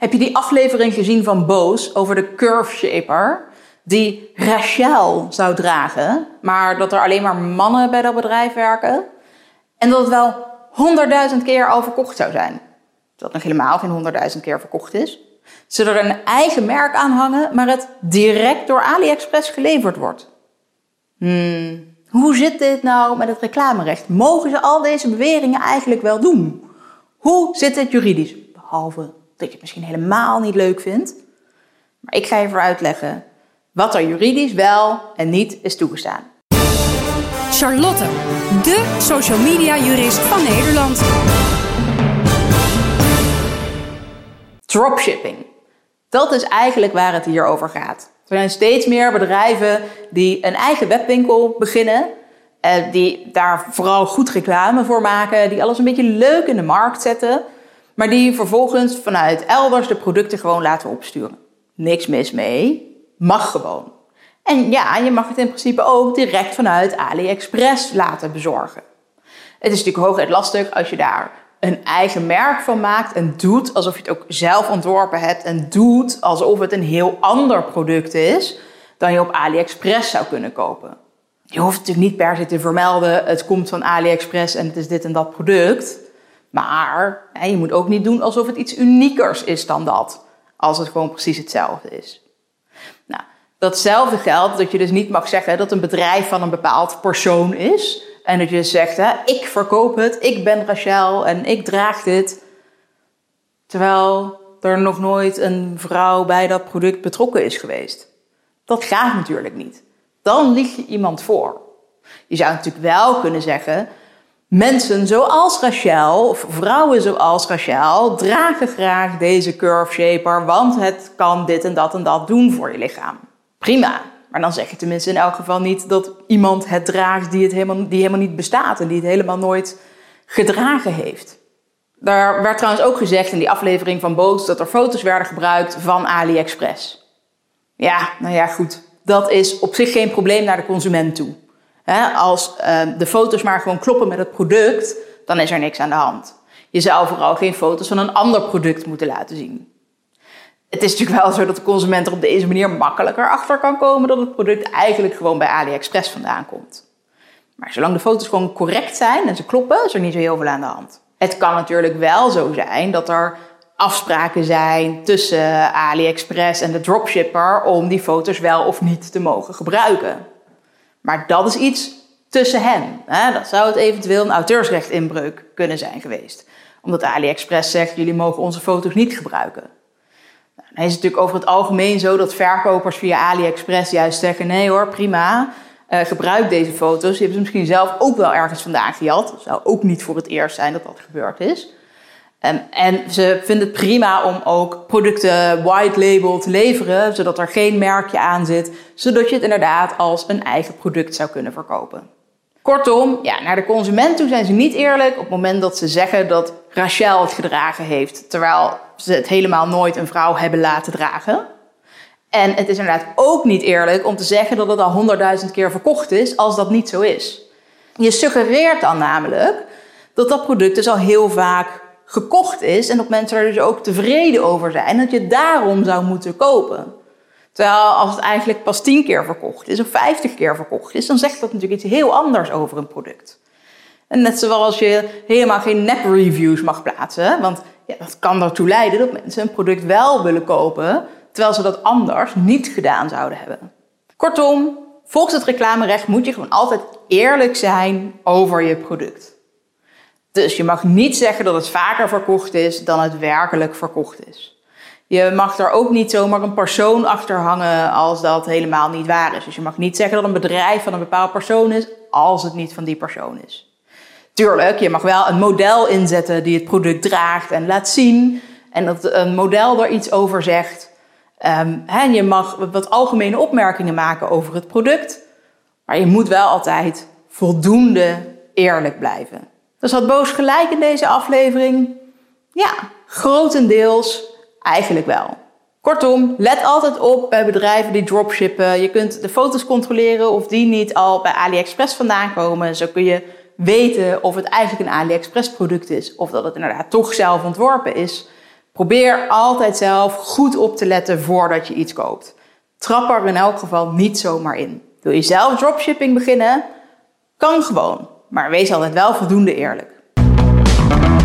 Heb je die aflevering gezien van Boos over de Curve Shaper die Rachel zou dragen, maar dat er alleen maar mannen bij dat bedrijf werken en dat het wel 100.000 keer al verkocht zou zijn? Dat nog helemaal geen 100.000 keer verkocht is. Ze er een eigen merk aan hangen, maar het direct door AliExpress geleverd wordt. Hoe zit dit nou met het reclamerecht? Mogen ze al deze beweringen eigenlijk wel doen? Hoe zit dit juridisch? Behalve dat je het misschien helemaal niet leuk vindt. Maar ik ga je voor uitleggen wat er juridisch wel en niet is toegestaan. Charlotte, de social media jurist van Nederland. Dropshipping. Dat is eigenlijk waar het hier over gaat. Er zijn steeds meer bedrijven die een eigen webwinkel beginnen. Die daar vooral goed reclame voor maken. Die alles een beetje leuk in de markt zetten. Maar die vervolgens vanuit elders de producten gewoon laten opsturen. Niks mis mee. Mag gewoon. En ja, je mag het in principe ook direct vanuit AliExpress laten bezorgen. Het is natuurlijk hooguit lastig als je daar een eigen merk van maakt en doet alsof je het ook zelf ontworpen hebt en doet alsof het een heel ander product is dan je op AliExpress zou kunnen kopen. Je hoeft natuurlijk niet per se te vermelden, het komt van AliExpress en het is dit en dat product. Maar je moet ook niet doen alsof het iets uniekers is dan dat, als het gewoon precies hetzelfde is. Nou, datzelfde geldt dat je dus niet mag zeggen dat een bedrijf van een bepaald persoon is. En dat je zegt, ik verkoop het, ik ben Rachel en ik draag dit. Terwijl er nog nooit een vrouw bij dat product betrokken is geweest. Dat gaat natuurlijk niet. Dan lieg je iemand voor. Je zou natuurlijk wel kunnen zeggen, mensen zoals Rachel, of vrouwen zoals Rachel, dragen graag deze Curve Shaper, want het kan dit en dat doen voor je lichaam. Prima. Maar dan zeg je tenminste in elk geval niet dat iemand het draagt die helemaal niet bestaat en die het helemaal nooit gedragen heeft. Daar werd trouwens ook gezegd in die aflevering van Boos dat er foto's werden gebruikt van AliExpress. Ja, nou ja, goed. Dat is op zich geen probleem naar de consument toe. Als de foto's maar gewoon kloppen met het product, dan is er niks aan de hand. Je zou vooral geen foto's van een ander product moeten laten zien. Het is natuurlijk wel zo dat de consument er op deze manier makkelijker achter kan komen dat het product eigenlijk gewoon bij AliExpress vandaan komt. Maar zolang de foto's gewoon correct zijn en ze kloppen, is er niet zo heel veel aan de hand. Het kan natuurlijk wel zo zijn dat er afspraken zijn tussen AliExpress en de dropshipper om die foto's wel of niet te mogen gebruiken. Maar dat is iets tussen hen. Dat zou het eventueel een auteursrechtinbreuk kunnen zijn geweest. Omdat AliExpress zegt, jullie mogen onze foto's niet gebruiken. Dan is het natuurlijk over het algemeen zo dat verkopers via AliExpress juist zeggen, nee hoor, prima, gebruik deze foto's. Die hebben ze misschien zelf ook wel ergens vandaan gejat. Het zou ook niet voor het eerst zijn dat dat gebeurd is. En ze vinden het prima om ook producten white label te leveren, zodat er geen merkje aan zit, zodat je het inderdaad als een eigen product zou kunnen verkopen. Kortom, naar de consument toe zijn ze niet eerlijk op het moment dat ze zeggen dat Rachel het gedragen heeft, terwijl ze het helemaal nooit een vrouw hebben laten dragen. En het is inderdaad ook niet eerlijk om te zeggen dat het al 100.000 keer verkocht is, als dat niet zo is. Je suggereert dan namelijk dat dat product dus al heel vaak gekocht is en dat mensen er dus ook tevreden over zijn en dat je daarom zou moeten kopen. Terwijl als het eigenlijk pas 10 keer verkocht is of 50 keer verkocht is, dan zegt dat natuurlijk iets heel anders over een product. En net zoals je helemaal geen nep-reviews mag plaatsen, want dat kan ertoe leiden dat mensen een product wel willen kopen, terwijl ze dat anders niet gedaan zouden hebben. Kortom, volgens het reclamerecht moet je gewoon altijd eerlijk zijn over je product. Dus je mag niet zeggen dat het vaker verkocht is dan het werkelijk verkocht is. Je mag er ook niet zomaar een persoon achter hangen als dat helemaal niet waar is. Dus je mag niet zeggen dat een bedrijf van een bepaald persoon is als het niet van die persoon is. Tuurlijk, je mag wel een model inzetten die het product draagt en laat zien. En dat een model er iets over zegt. Je mag wat algemene opmerkingen maken over het product. Maar je moet wel altijd voldoende eerlijk blijven. Dus had Boos gelijk in deze aflevering? Ja, grotendeels eigenlijk wel. Kortom, let altijd op bij bedrijven die dropshippen. Je kunt de foto's controleren of die niet al bij AliExpress vandaan komen. Zo kun je weten of het eigenlijk een AliExpress product is of dat het inderdaad toch zelf ontworpen is. Probeer altijd zelf goed op te letten voordat je iets koopt. Trap er in elk geval niet zomaar in. Wil je zelf dropshipping beginnen? Kan gewoon, maar wees altijd wel voldoende eerlijk.